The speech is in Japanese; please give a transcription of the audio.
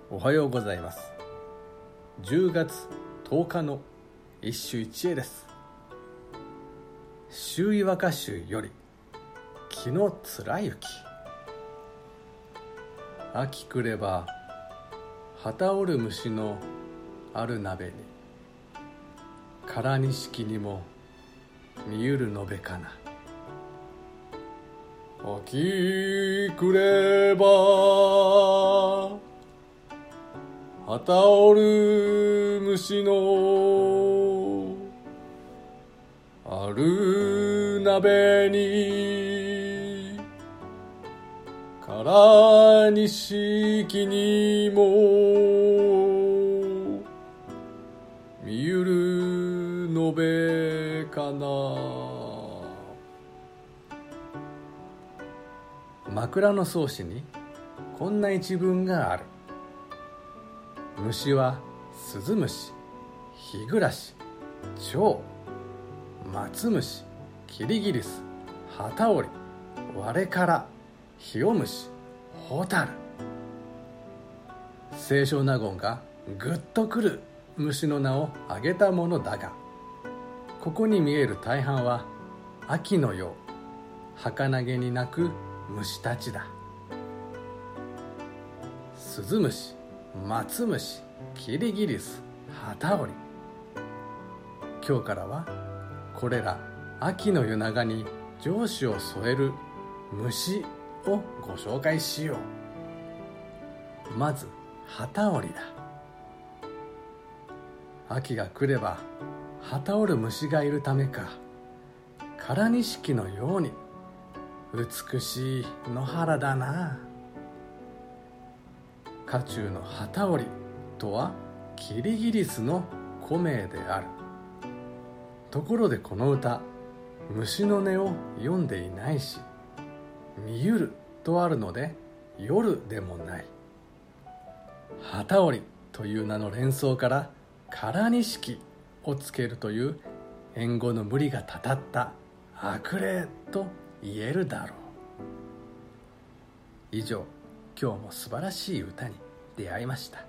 おはようございます。10月10日の一首一会です。周囲和歌集より木の貫之。秋来れば旗織る虫のある鍋に、唐錦にも見ゆるのべかな。秋来れば旗織る虫のある鍋に、唐錦にも見ゆるのべかな。枕草子にこんな一文がある。虫はスズムシ、ヒグラシ、蝶、マツムシ、キリギリス、ハタオリ、ワレカラ、ヒオムシ、ホタル。清少納言がぐっとくる虫の名を挙げたものだが、ここに見える大半は秋のよう儚げに鳴く虫たちだ。スズムシ、マツムシ、キリギリス、ハタオリ。今日からはこれら秋の夜長に上司を添える虫をご紹介しよう。まずハタオリだ。秋が来れば旗織る虫がいるためか、唐錦のように美しい野原だな。家中の旗織とはキリギリスの古名である。ところでこの歌、虫の音を読んでいないし、見ゆるとあるので夜でもない。旗織という名の連想から唐錦をつけるという縁語の無理がたたった悪例と言えるだろう。以上、今日も素晴らしい歌に出会いました。